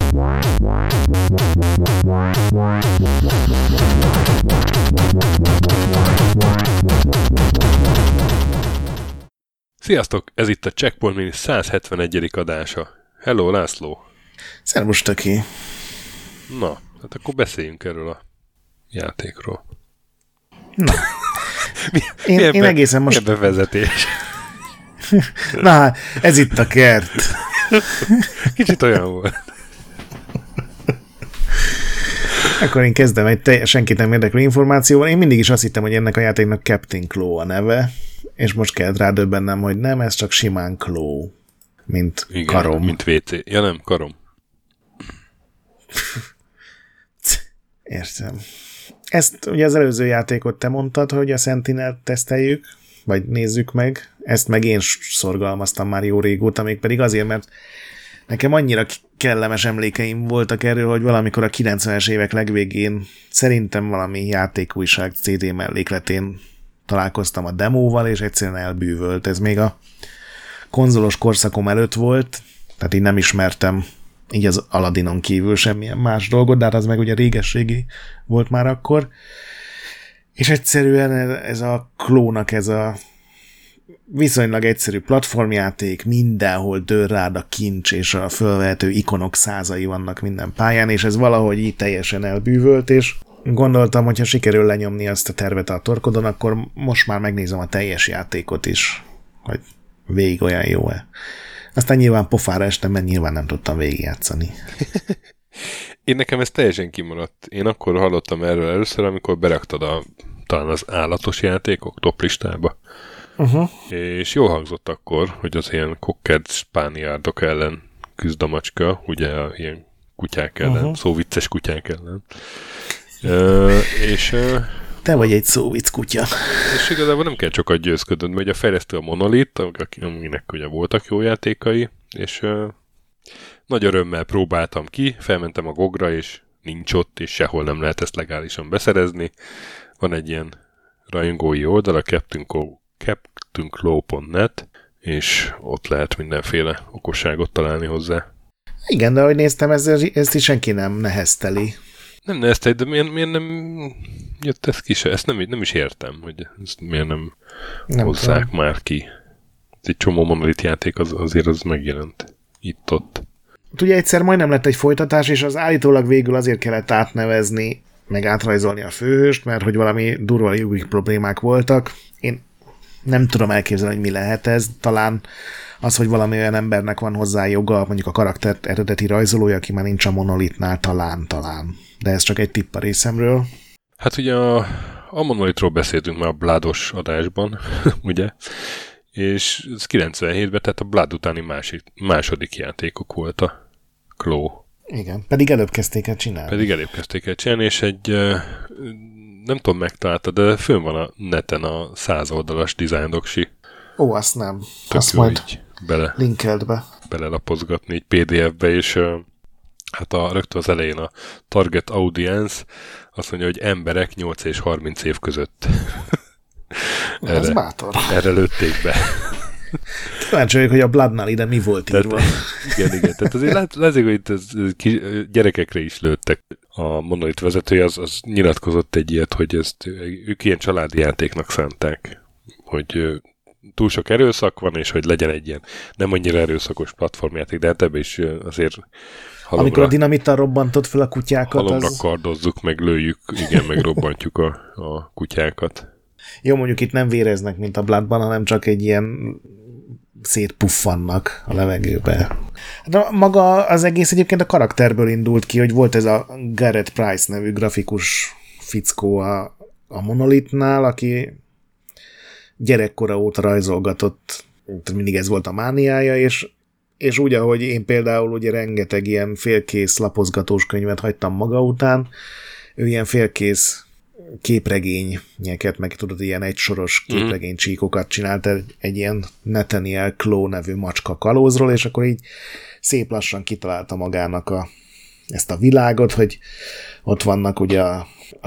Sziasztok! Ez itt a Checkpoint Mini 171. adása. Hello, László! Szervus, Töki! Na, hát akkor beszéljünk erről a játékról. Na, én egészen most... Milyen bevezetés? Na, ez itt a kert. Kicsit olyan volt. Akkor én kezdem egy senkit nem érdeklő információval. Én mindig is azt hittem, hogy ennek a játéknak Captain Claw a neve, és most kellett rádöbbennem, hogy nem, ez csak simán Claw, mint igen, karom. Mint WC. Ja nem, karom. Értem. Ezt ugye az előző játékot te mondtad, hogy a Sentinel teszteljük, vagy nézzük meg. Ezt meg én szorgalmaztam már jó régóta, mégpedig azért, mert nekem annyira kellemes emlékeim voltak erről, hogy valamikor a 90-es évek legvégén szerintem valami játékújság CD mellékletén találkoztam a demóval, és egyszerűen elbűvölt. Ez még a konzolos korszakom előtt volt, tehát így nem ismertem így az Aladinon kívül semmilyen más dolgot, de hát az meg ugye réges-régi volt már akkor. És egyszerűen ez a Claw-nak ez a viszonylag egyszerű platformjáték, mindenhol dől rád a kincs, és a fölvehető ikonok százai vannak minden pályán, és ez valahogy így teljesen elbűvölt, és gondoltam, hogyha sikerül lenyomni azt a tervet a torkodon, akkor most már megnézem a teljes játékot is, hogy végig olyan jó-e. Aztán nyilván pofára estem, mert nyilván nem tudtam végigjátszani. Én nekem ez teljesen kimaradt. Én akkor hallottam erről először, amikor beraktad talán az állatos játékok toplistába. És jól hangzott akkor, hogy az ilyen cocker spaniardok ellen küzd a macska, ugye ilyen kutyák ellen, szóvicces kutyák ellen. Te vagy egy szóvic kutya. És igazából nem kell sokat győzködnöd, mert ugye a fejlesztő a Monolith, aminek ugye voltak jó játékai, és nagy örömmel próbáltam ki, felmentem a GOG-ra, és nincs ott, és sehol nem lehet ezt legálisan beszerezni. Van egy ilyen rajongói oldal, a CaptainClaw.net, és ott lehet mindenféle okosságot találni hozzá. Igen, de ahogy néztem, ezt is senki nem nehezteli. Nem nehezteli, de miért nem jött ez ki se? Ezt nem is értem, hogy ezt miért nem hozzák tudom. Már ki. Egy csomó Monolith játék azért az megjelent itt-ott. Ugye egyszer majdnem lett egy folytatás, és az állítólag végül azért kellett átnevezni, meg átrajzolni a főhőst, mert hogy valami durva jogi problémák voltak. Én nem tudom elképzelni, hogy mi lehet ez. Talán az, hogy valami olyan embernek van hozzá joga, mondjuk a karakter eredeti rajzolója, aki már nincs a Monolithnál, talán. De ez csak egy tipp a részemről. Hát ugye a Monolithról beszéltünk már a Bloodos adásban, ugye? És ez 97-ben, tehát a Blood utáni második játékok volt a Claw. Igen, pedig előbb kezdték el csinálni. És egy, nem tudom megtalálta, de fönn van a neten a 100 oldalas design doksi. Ó, azt nem. Azt majd linkeld be. Belelapozgatni egy PDF-be, és hát rögtön az elején a target audience azt mondja, hogy emberek 8 és 30 év között. Ez bátor. Erre lőtték be. Kíváncsi vagyok, hogy a Bloodnál ide mi volt írva. Igen. Tehát azért látszik, hogy itt gyerekekre is lőttek. A Monolith vezetője az nyilatkozott egy ilyet, hogy ők ilyen családi játéknak szánták, hogy túl sok erőszak van, és hogy legyen egy ilyen nem annyira erőszakos platformjáték, de hát ebbe is azért amikor a dinamittal robbantott fel a kutyákat, halomra kardozzuk, meg lőjük, igen, meg robbantjuk a kutyákat. Jó, mondjuk itt nem véreznek, mint a Bloodban, hanem csak egy ilyen szétpuffannak a levegőbe. De maga az egész egyébként a karakterből indult ki, hogy volt ez a Garrett Price nevű grafikus fickó a Monolithnál, aki gyerekkora óta rajzolgatott, mindig ez volt a mániája, és úgy, ahogy én például ugye rengeteg ilyen félkész lapozgatós könyvet hagytam maga után, ő ilyen félkész képregényeket, meg tudod, ilyen egysoros képregény csíkokat csinált egy ilyen Nathaniel Claw nevű macska kalózról, és akkor így szép lassan kitalálta magának ezt a világot, hogy ott vannak ugye a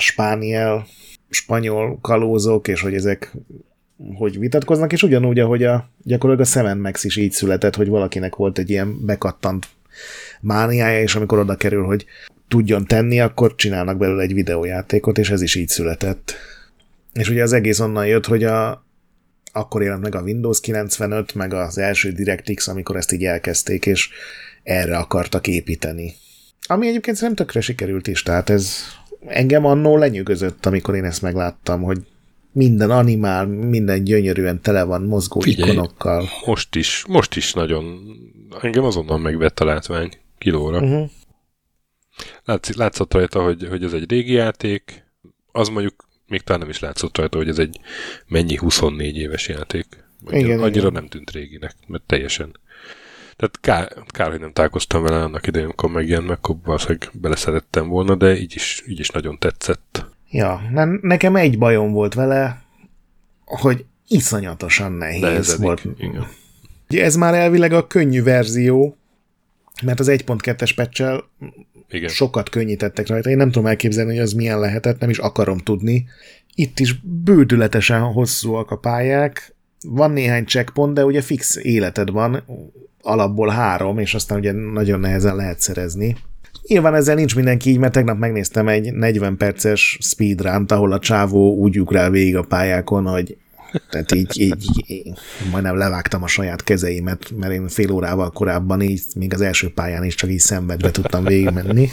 spanyol kalózok, és hogy ezek hogy vitatkoznak, és ugyanúgy, ahogy gyakorlatilag a Sam & Max is így született, hogy valakinek volt egy ilyen bekattant mániája, és amikor oda kerül, hogy tudjon tenni, akkor csinálnak belőle egy videójátékot, és ez is így született. És ugye az egész onnan jött, hogy akkor jelent meg a Windows 95, meg az első DirectX, amikor ezt így elkezdték, és erre akartak építeni. Ami egyébként szerintem tökre sikerült is, tehát ez engem annól lenyűgözött, amikor én ezt megláttam, hogy minden animál, minden gyönyörűen tele van mozgó ikonokkal. Most is nagyon, engem azonnal megvett a látvány kilóra. Uh-huh. Látszott rajta, hogy ez egy régi játék, az mondjuk még talán nem is látszott rajta, hogy ez egy mennyi 24 éves játék. Annyira nem tűnt réginek, mert teljesen. Tehát kár, hogy nem találkoztam vele annak idején, amikor megjelent, meg akkor valószínűleg beleszerettem volna, de így is nagyon tetszett. Ja, nekem egy bajom volt vele, hogy iszonyatosan nehéz volt. Igen. Ugye ez már elvileg a könnyű verzió, mert az 1.2-es patch-el sokat könnyítettek rajta. Én nem tudom elképzelni, hogy az milyen lehetett, nem is akarom tudni. Itt is bődületesen hosszúak a pályák, van néhány checkpoint, de ugye fix életed van, alapból 3, és aztán ugye nagyon nehezen lehet szerezni. Nyilván ezzel nincs mindenki így, mert tegnap megnéztem egy 40 perces speedrunt, ahol a csávó úgy ugrál végig a pályákon, hogy tehát így majdnem levágtam a saját kezeimet, mert én fél órával korábban így, még az első pályán is csak így szenvedve tudtam végigmenni.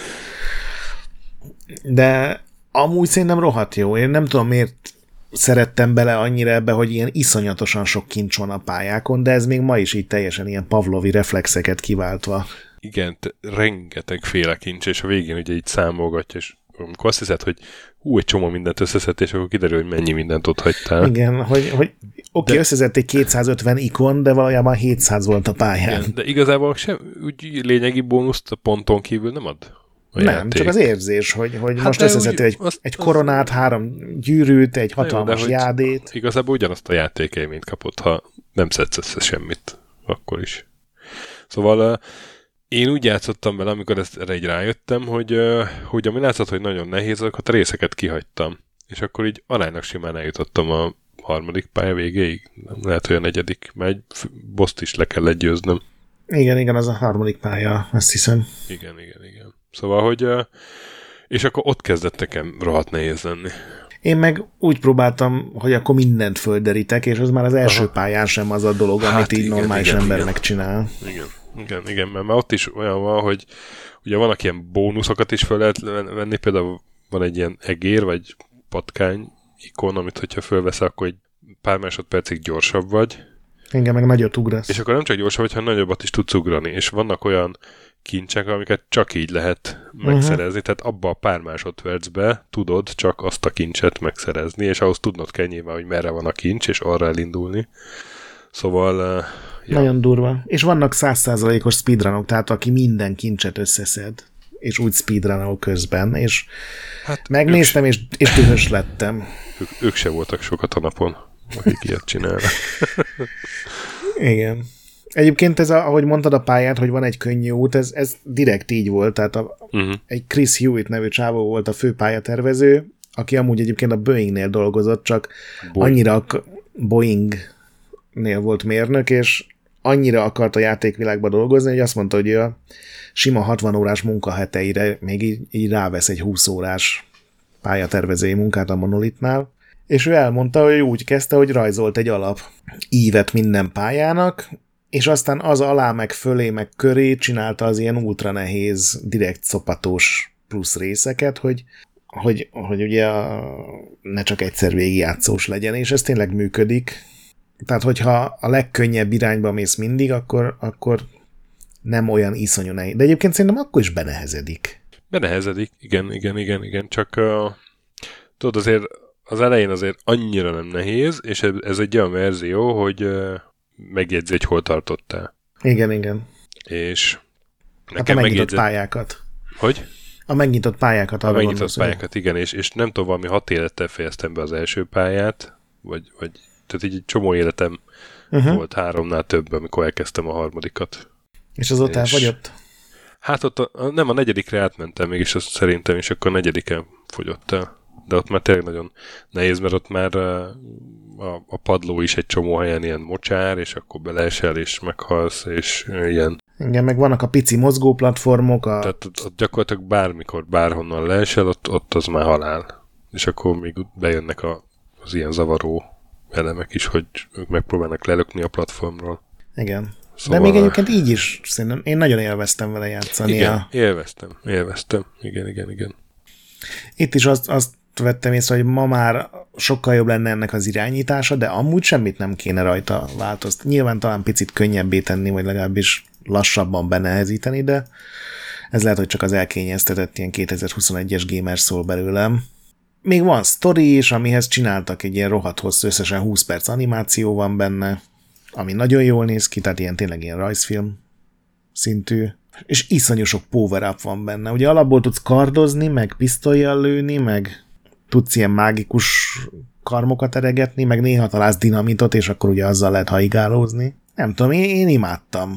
De amúgy szerintem rohadt jó. Én nem tudom, miért szerettem bele annyira ebbe, hogy ilyen iszonyatosan sok kincs van a pályákon, de ez még ma is így teljesen ilyen pavlovi reflexeket kiváltva. Igen, rengeteg féle kincs, és a végén ugye így számolgatja, és amikor azt hiszed, hogy egy csomó mindent összeszedte, és akkor kiderül, hogy mennyi mindent ott hagytál. Igen, hogy oké, összeszedték 250 ikon, de valójában 700 volt a pályán. Igen, de igazából sem úgy lényegi bónuszt a ponton kívül nem ad. Nem, játék. Csak az érzés, hogy most összeszedtél egy koronát, 3 gyűrűt, egy hatalmas jádét. Igazából ugyanazt a játékélményt kapott, ha nem szedsz össze semmit, akkor is. Szóval én úgy játszottam vele, amikor erre így rájöttem, hogy ami látszott, hogy nagyon nehéz, azokat a részeket kihagytam. És akkor így aránylag simán eljutottam a 3. pálya végéig. Lehet, hogy a 4. mert egy boszt is le kell győznöm. Igen, az a 3. pálya, azt hiszem. Igen. Szóval, hogy és akkor ott kezdett nekem rohadt nehéz lenni. Én meg úgy próbáltam, hogy akkor mindent földerítek, és az már az első pályán sem az a dolog, amit így normális ember megcsinál. Igen, mert ott is olyan van, hogy ugye vannak ilyen bónuszokat is föl lehet venni, például van egy ilyen egér, vagy patkány ikon, amit hogyha fölveszel, akkor egy pár másodpercig gyorsabb vagy. Igen, meg nagyot ugrasz. És akkor nem csak gyorsabb vagy, hanem nagyobbat is tudsz ugrani, és vannak olyan kincsek, amiket csak így lehet megszerezni, tehát abba a pár másodpercbe tudod csak azt a kincset megszerezni, és ahhoz tudnod kell nyilván, hogy merre van a kincs, és arra elindulni. Szóval nagyon durva. És vannak 100%-os speedrunok, tehát aki minden kincset összeszed, és úgy speedrunol közben, és megnéztem, és dühös lettem. Ők se voltak sokat a napon, akik ilyet csinálnak. Igen. Egyébként ez, ahogy mondtad a pályát, hogy van egy könnyű út, ez direkt így volt, tehát egy Chris Hewitt nevű csávó volt a fő pályatervező, aki amúgy egyébként a Boeingnél dolgozott, csak annyira Boeingnél volt mérnök, és annyira akart a játékvilágban dolgozni, hogy azt mondta, hogy a sima 60 órás munkaheteire még így rávesz egy 20 órás pályatervezői munkát a Monolithnál, és ő elmondta, hogy úgy kezdte, hogy rajzolt egy alap ívet minden pályának, és aztán az alá, meg fölé, meg köré csinálta az ilyen ultra nehéz, direkt szopatós plusz részeket, hogy ugye ne csak egyszer végigjátszós legyen, és ez tényleg működik. Tehát, hogyha a legkönnyebb irányba mész mindig, akkor nem olyan iszonyú nehéz. De egyébként szerintem akkor is benehezedik. Benehezedik, igen. Csak tudod, azért az elején azért annyira nem nehéz, és ez egy olyan verzió, hogy megjegyzi, hogy hol tartottál. Igen. És nekem a megnyitott pályákat. Hogy? A megnyitott pályákat. A megnyitott pályákat, igen, és nem tudom, valami 6 élettel fejeztem be az első pályát, vagy tehát így egy csomó életem volt 3-nál több, amikor elkezdtem a 3. És az ott elfogyott? Hát ott nem, a 4. átmentem mégis azt szerintem, és akkor a 4. fogyott el. De ott már tényleg nagyon nehéz, mert ott már a padló is egy csomó helyen ilyen mocsár, és akkor beleesel, és meghalsz, és ilyen Igen, meg vannak a pici mozgóplatformok. Tehát ott gyakorlatilag bármikor, bárhonnan leesel, ott az már halál. És akkor még bejönnek az ilyen zavaró elemek is, hogy ők megpróbálnak lelökni a platformról. Igen. Szóval de még egyébként így is szerintem én nagyon élveztem vele játszani. Igen, élveztem. Igen. Itt is azt vettem észre, hogy ma már sokkal jobb lenne ennek az irányítása, de amúgy semmit nem kéne rajta változtatni. Nyilván talán picit könnyebbé tenni, vagy legalábbis lassabban benehezíteni, de ez lehet, hogy csak az elkényeztetett ilyen 2021-es gamer szól belőlem. Még van sztori is, amihez csináltak egy ilyen rohadt hosszú, összesen 20 perc animáció van benne, ami nagyon jól néz ki, tehát tényleg ilyen rajzfilm szintű, és iszonyú sok power-up van benne. Ugye alapból tudsz kardozni, meg pisztollyal lőni, meg tudsz ilyen mágikus karmokat eregetni, meg néha találsz dinamitot, és akkor ugye azzal lehet haigálózni. Nem tudom, én imádtam.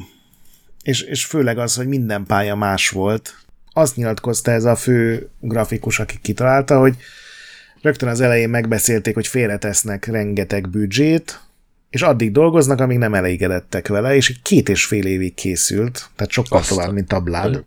És főleg az, hogy minden pálya más volt. Azt nyilatkozta ez a fő grafikus, aki kitalálta, hogy rögtön az elején megbeszélték, hogy félretesznek rengeteg büdzsét, és addig dolgoznak, amíg nem elégedettek vele, és 2,5 évig készült, tehát sokkal tovább, mint a Blood.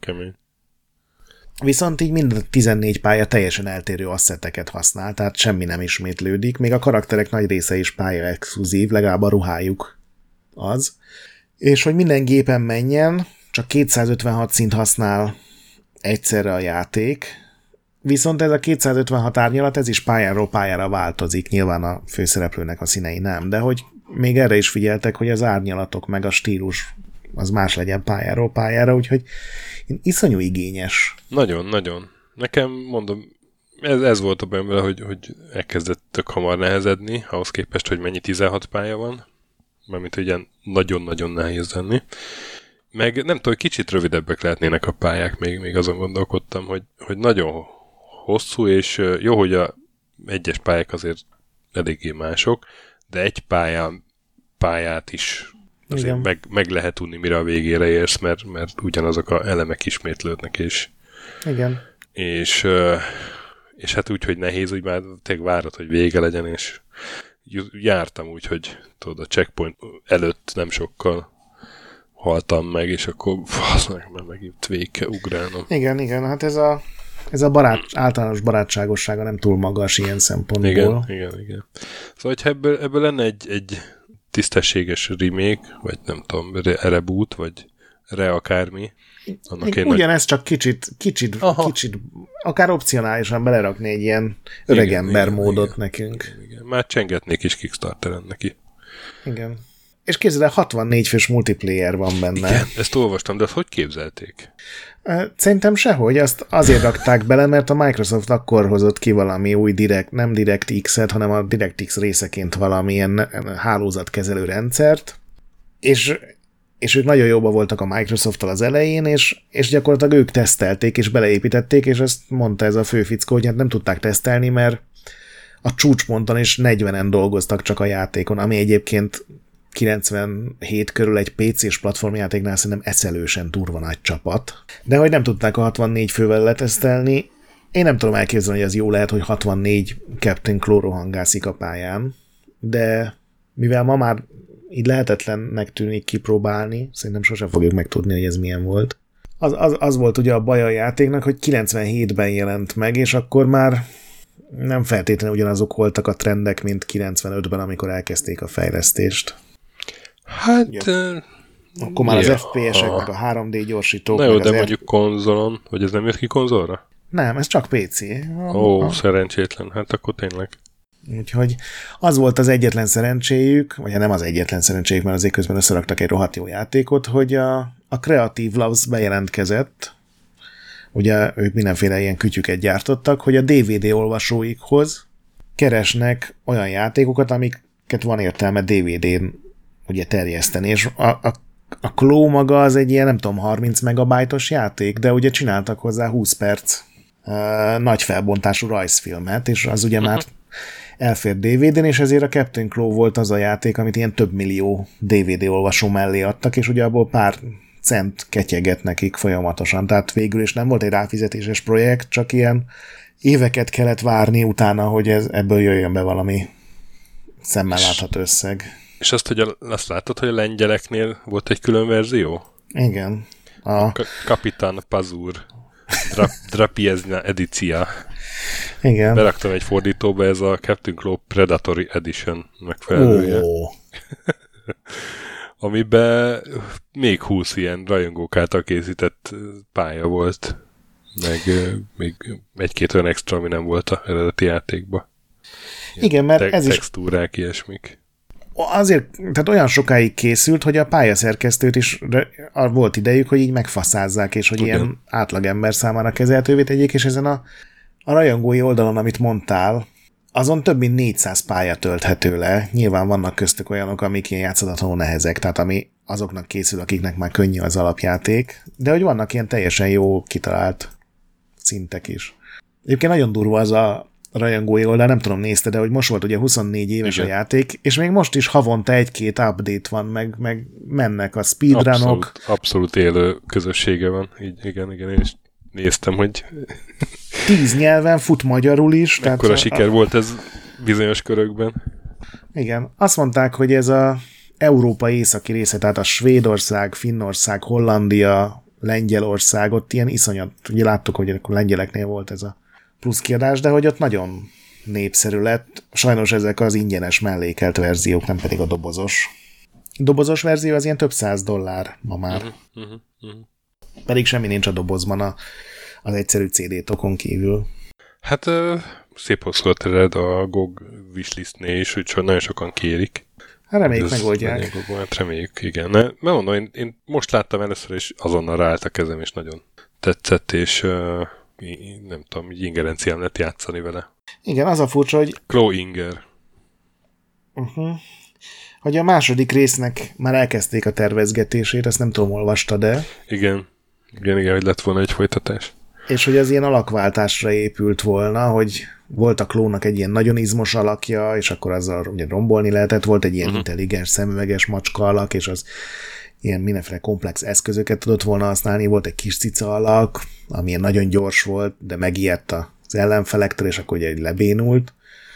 Viszont így mind 14 pálya teljesen eltérő asszeteket használ, tehát semmi nem ismétlődik, még a karakterek nagy része is pálya exkluzív, legalább a ruhájuk az. És hogy minden gépen menjen, csak 256 szint használ egyszerre a játék, viszont ez a 256 árnyalat, ez is pályáról pályára változik, nyilván a főszereplőnek a színei nem, de hogy még erre is figyeltek, hogy az árnyalatok meg a stílus az más legyen pályáról pályára, úgyhogy iszonyú igényes. Nagyon. Nekem mondom, ez volt a bajom vele, hogy elkezdett tök hamar nehezedni, ahhoz képest, hogy mennyi 16 pálya van, mármint ugye nagyon-nagyon nehéz lenni. Meg nem tudom, kicsit rövidebbek lehetnének a pályák, még azon gondolkodtam, hogy nagyon hosszú, és jó, hogy a egyes pályák azért eléggé mások, de egy pályát is azért meg lehet tudni, mire a végére érsz, mert ugyanazok a elemek ismétlődnek, és igen. És hát úgy, hogy nehéz, úgy már tényleg várod, hogy vége legyen, és jártam úgy, hogy tudod, a checkpoint előtt nem sokkal haltam meg, és akkor már megint végig kell ugrálnom. Igen, hát ez a általános barátságossága nem túl magas ilyen szempontból. Igen. Szóval, hogyha ebből lenne egy tisztességes remake, vagy nem tudom, reboot, vagy akármi. Ugyanez csak kicsit akár opcionálisan belerakni egy ilyen öregember módot nekünk. Igen. Már csengetnék is Kickstarteren neki. Igen. És képzeld el, 64 fős multiplayer van benne. Igen, ezt olvastam, de azt hogy képzelték? Szerintem sehogy, azt azért rakták bele, mert a Microsoft akkor hozott ki valami új nem DirectX-et, hanem a DirectX részeként valamilyen hálózatkezelő rendszert, és ők nagyon jóban voltak a Microsofttal az elején, és gyakorlatilag ők tesztelték, és beleépítették, és ezt mondta ez a főfickó, hogy hát nem tudták tesztelni, mert a csúcsponton is 40-en dolgoztak csak a játékon, ami egyébként 97 körül egy PC-s platformjátéknál szerintem eszelősen durva nagy csapat. De hogy nem tudták a 64 fővel letesztelni, én nem tudom elképzelni, hogy az jó lehet, hogy 64 Captain Claw rohangászik a pályán, de mivel ma már így lehetetlennek tűnik kipróbálni, szerintem sosem fogjuk megtudni, hogy ez milyen volt. Az volt ugye a baj a játéknak, hogy 97-ben jelent meg, és akkor már nem feltétlenül ugyanazok voltak a trendek, mint 95-ben, amikor elkezdték a fejlesztést. Hát... Akkor már az FPS-ek, meg a 3D gyorsítók... Na jó, de mondjuk konzolon, vagy ez nem jött ki konzolra? Nem, ez csak PC. Szerencsétlen, hát akkor tényleg. Úgyhogy az volt az egyetlen szerencséjük, vagy nem az egyetlen szerencséjük, mert azért közben összeraktak egy rohadt jó játékot, hogy a Creative Labs bejelentkezett, ugye ők mindenféle ilyen kütyüket gyártottak, hogy a DVD olvasóikhoz keresnek olyan játékokat, amiket van értelme DVD-n ugye terjeszteni, és a Claw maga az egy ilyen, nem tudom, 30 megabájtos játék, de ugye csináltak hozzá 20 perc nagy felbontású rajzfilmet, és az ugye már elfér DVD-n, és ezért a Captain Claw volt az a játék, amit ilyen több millió DVD olvasó mellé adtak, és ugye abból pár cent ketyeget nekik folyamatosan, tehát végül is nem volt egy ráfizetéses projekt, csak ilyen éveket kellett várni utána, hogy ebből jöjjön be valami szemmel látható összeg. És azt látod, hogy a lengyeleknél volt egy külön verzió? Igen. Kapitán Pazur. Drapiezna Edicia. Igen. Beraktam egy fordítóba, ez a Captain Claw Predatory Edition megfelelője. Amiben még 20 ilyen rajongók által készített pálya volt. Meg még egy-két olyan extra, ami nem volt az eredeti játékban. Igen, mert ez is... Textúrák, ilyesmik. Azért, tehát olyan sokáig készült, hogy a pályaszerkesztőt is volt idejük, hogy így megfaszázzák, és hogy ilyen átlagember számára kezelhetővé tegyék, és ezen a rajongói oldalon, amit mondtál, azon több mint 400 pálya tölthető le. Nyilván vannak köztük olyanok, amik ilyen játszatlanul nehezek, tehát ami azoknak készül, akiknek már könnyű az alapjáték, de hogy vannak ilyen teljesen jó kitalált szintek is. Egyébként nagyon durva az a rajongói oldal, nem tudom, nézte, de hogy most volt ugye 24 éves a játék, és még most is havonta egy-két update van, meg mennek a speedrunok. Abszolút élő közössége van. Így, igen, én is néztem, hogy 10 nyelven fut magyarul is. Mekkora siker volt ez bizonyos körökben. Igen. Azt mondták, hogy ez a Európa északi része, tehát a Svédország, Finnország, Hollandia, Lengyelország, ott ilyen iszonyat, ugye láttuk, hogy akkor lengyeleknél volt ez a plusz kiadás, de hogy ott nagyon népszerű lett. Sajnos ezek az ingyenes mellékelt verziók, nem pedig a dobozos. A dobozos verzió az ilyen több $100 ma már. Pedig semmi nincs a dobozban az egyszerű CD-tokon kívül. Hát szép hosszú ered a GOG wishlistnél is, úgyhogy nagyon sokan kérik. Hát reméljük megoldják. Hát reméljük, igen. Mert mondom, én most láttam először, és azonnal ráállt a kezem, és nagyon tetszett, és nem tudom, így ingerenciám lett játszani vele. Igen, az a furcsa, hogy... Claw Inger. Hogy a második résznek már elkezdték a tervezgetését, ezt nem tudom, olvasta, de... Igen, hogy lett volna egy folytatás. És hogy az ilyen alakváltásra épült volna, hogy volt a Clawnak egy ilyen nagyon izmos alakja, és akkor azzal ugye rombolni lehetett, volt egy ilyen intelligens, szemüveges macska alak, és az ilyen mindenféle komplex eszközöket tudott volna használni, volt egy kis cica alak, ami ilyen nagyon gyors volt, de megijedt az ellenfelektől, és akkor ugye lebénult.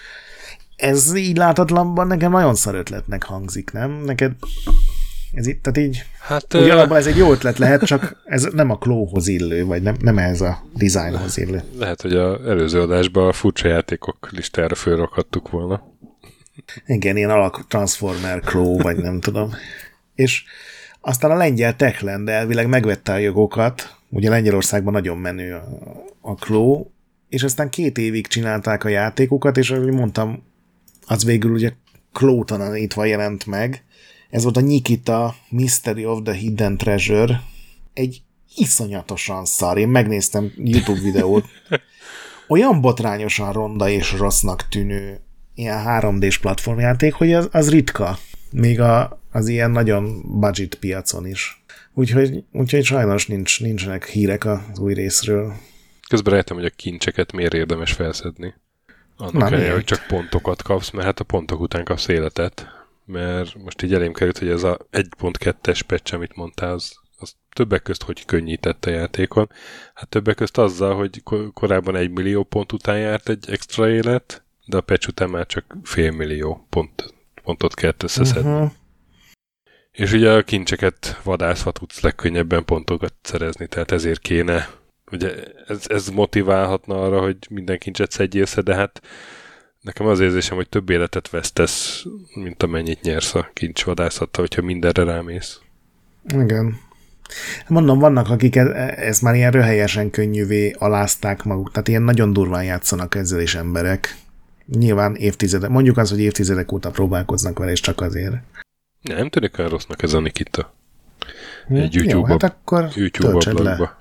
Ez így látatlanban nekem nagyon szar ötletnek hangzik, nem? Neked ez itt, tehát így, hát, úgy alapban ez egy jó ötlet lehet, csak ez nem a Clawhoz illő, vagy nem ehhez a designhoz illő. Lehet, hogy az előző adásban a furcsa játékok listára fölrakhattuk volna. Igen, ilyen alak Transformer Claw, vagy nem tudom. És aztán a lengyel Techland elvileg megvette a jogokat, ugye Lengyelországban nagyon menő a Claw, és aztán 2 évig csinálták a játékokat, és ahogy mondtam, az végül ugye Claw-talanítva jelent meg. Ez volt a Nikita Mystery of the Hidden Treasure. Egy iszonyatosan szar. Én megnéztem YouTube videót. Olyan botrányosan ronda és rossznak tűnő ilyen 3D-s platformjáték, hogy az ritka. Még az ilyen nagyon budget piacon is. Úgyhogy sajnos nincsenek hírek az új részről. Közben rájöttem, hogy a kincseket miért érdemes felszedni. Annak helye, hogy csak pontokat kapsz, mert hát a pontok után kapsz életet. Mert most így elém került, hogy ez a 1.2-es patch, amit mondtál, az többek közt hogy könnyített a játékon. Hát többek közt azzal, hogy korábban 1 millió pont után járt egy extra élet, de a patch után már csak $500,000 pontot kellett összeszedni. És ugye a kincseket vadászva tudsz legkönnyebben pontokat szerezni, tehát ezért kéne, ugye ez motiválhatna arra, hogy minden kincset szedjél össze, de hát nekem az érzésem, hogy több életet vesztesz, mint amennyit nyersz a kincsvadászattal, hogyha mindenre rámész. Igen. Mondom, vannak, akik ez már ilyen röhelyesen könnyűvé alázták maguk, tehát ilyen nagyon durván játszanak ezzel is emberek. Nyilván évtizedek, mondjuk az, hogy évtizedek óta próbálkoznak vele, és csak azért. Nem tűnik olyan rossznak ez a Nikita. Egy YouTube, jó, hát akkor YouTube ablakba.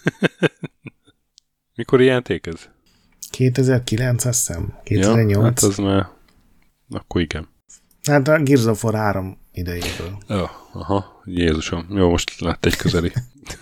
Mikor játék ez? 2009, azt hiszem. 2008. Ja, hát az már... Akkor igen. Hát a Gears of War 3 idejéből. Ja, aha, Jézusom. Jó, most lett egy közeli.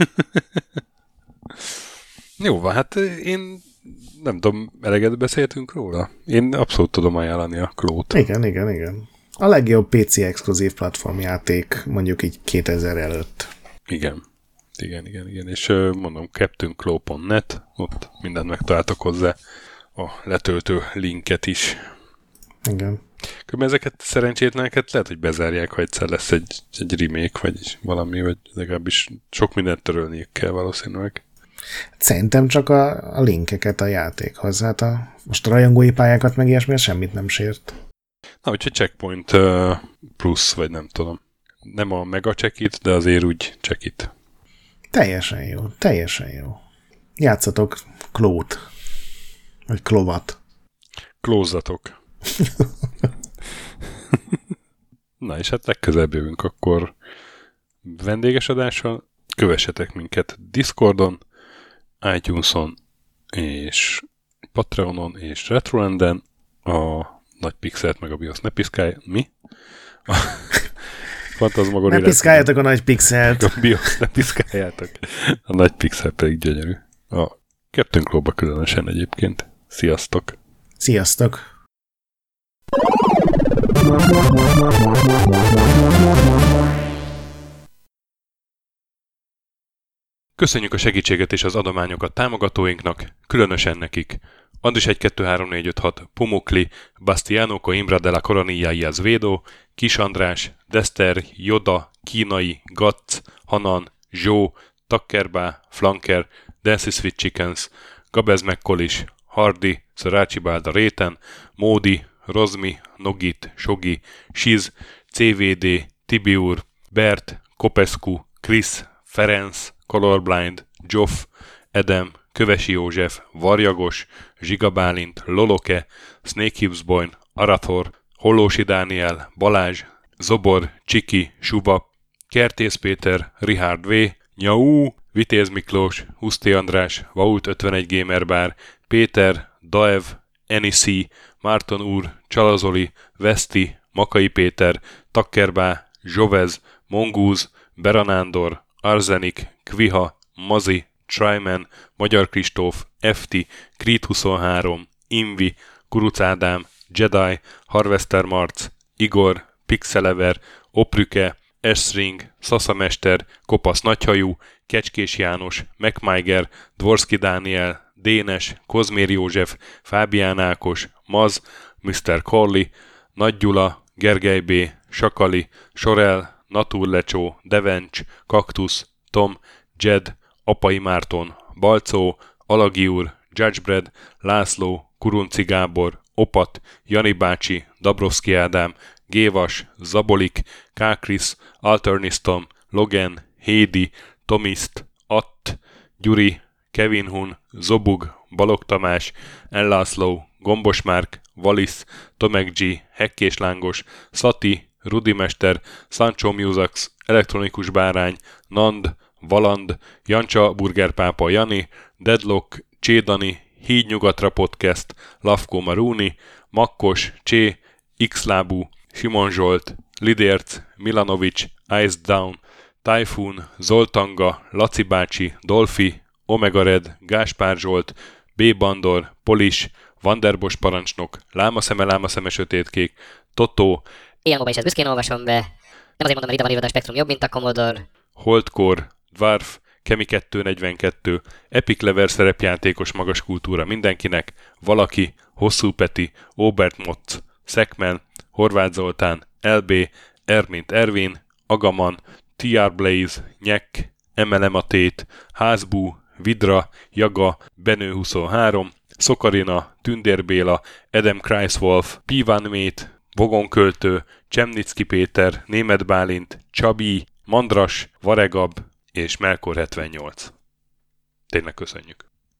Jó van, hát én nem tudom, eleget beszéltünk róla. Én abszolút tudom ajánlani a Claw-t. Igen. A legjobb PC exkluzív platformjáték mondjuk így 2000 előtt. Igen. És mondom, CaptainClaw.net, ott mindent megtaláltok hozzá, a letöltő linket is. Igen. Különben ezeket szerencsétleneket lehet, hogy bezárják, ha egyszer lesz egy remake, vagy valami, vagy legalábbis sok mindent törölniük kell valószínűleg. Szerintem csak a linkeket a játékhoz. Hát most a rajongói pályákat meg ilyesmi, semmit nem sért. Na, úgyhogy Checkpoint plusz, vagy nem tudom. Nem a mega check-it, de azért úgy check-it. Teljesen jó, teljesen jó. Játszatok Klót. Vagy Klovat. Klózzatok. Na, és hát legközelebb jövünk akkor vendéges adással. Kövessetek minket Discordon, iTunes-on, és Patreonon, és Retrolanden. A Nagy Pixelt meg a BIOS ne piszkálj. Mi? Ne piszkáljátok a Nagy Pixelt. A BIOS ne piszkáljátok. A Nagy Pixel pedig gyönyörű. A Captain Claw-ba különösen egyébként. Sziasztok! Sziasztok! Köszönjük a segítséget és az adományokat támogatóinknak, különösen nekik. Andris 1, 2, 3, 4, 5, 6, Pumukli, Bastiano Coimbra de la Coronilla y Azvedo, Kis András, Dester, Joda, Kínai, Gatz, Hanan, Zsó, Takkerbá, Flanker, Dancy Sweet Chickens, Gabez Mekkolis, Hardy, Szarácsi Bálda Réten, Módi, Rozmi, Nogit, Sogi, Siz, CVD, Tibiur, Bert, Kopescu, Krisz, Ferenc, Colorblind, Joff, Edem, Kövesi József, Varjagos, Zsiga Bálint, Loloke, Snake Hibsboyn, Arathor, Hollósi Dániel, Balázs, Zobor, Csiki, Suba, Kertész Péter, Richard V, Nyau, Vitéz Miklós, Huszti András, Vaut 51 Gamerbar, Péter, Daev, Enisi, Márton úr, Csalazoli, Veszti, Makai Péter, Takkerbá, Zsovez, Mongúz, Beranándor, Arzenik, Kviha, Mazi, Tryman, Magyar Kristóf, FT, Creed 23, Invi, Kuruc Ádám, Jedi, Harvester Marc, Igor, Pixelever, Oprüke, Esring, Szaszamester, Kopasz Nagyhajú, Kecskés János, MacMiger, Dvorski Dániel, Dénes, Kozmér József, Fábián Ákos, Maz, Mr. Corley, Nagy Gyula, Gergely B., Sakali, Sorel, Naturlecsó, Devencs, Kaktusz, Tom, Jed, Apai Márton, Balcó, Alagi úr, Judgebred, László, Kurunci Gábor, Opat, Jani bácsi, Dabrowski Ádám, Gévas, Zabolik, Kákris, Alternisztom, Logan, Hédi, Tomiszt, Att, Gyuri, Kevin Hun, Zobug, Balog Tamás, Ellászló, Gombos Márk, Valisz, Tomek G, Hekkés Lángos, Szati, Rudimester, Sancho Musax, Elektronikus Bárány, Nand, Valand, Jancsa Burgerpápa Jani, Deadlock, Csédani, Híd Nyugatra Podcast, Lavko Maruni, Makkos, Csé, Xlábú, Simon Zsolt, Lidérc, Milanovic, Ice Down, Typhoon, Zoltanga, Laci bácsi, Dolfi, Omega Red, Gáspár Zsolt, B. Bandor, Polis, Vanderbos parancsnok, Lámaszeme sötétkék, Totó, Ilyen is ezt büszkén olvasom be. Nem azért mondom, hogy ide van írva a Spektrum jobb, mint a Commodore. Holdcore, Dwarf, Kemi 242, Epic Lever szerepjátékos magas kultúra mindenkinek, Valaki, Hosszú Peti, Obert Motz, Szekmen, Horváth Zoltán, LB, Ermint Ervin, Agaman, TR Blaze, Nyek, MLM a Tét, Házbú, Vidra, Jaga, Benő 23, Szokarina, Tündér Béla, Adam Kreiswolf, Pivan Mate, Vogonköltő, Csemnicki Péter, Németh Bálint, Csabi, Mandras, Varegab és Melkor 78. Tényleg köszönjük!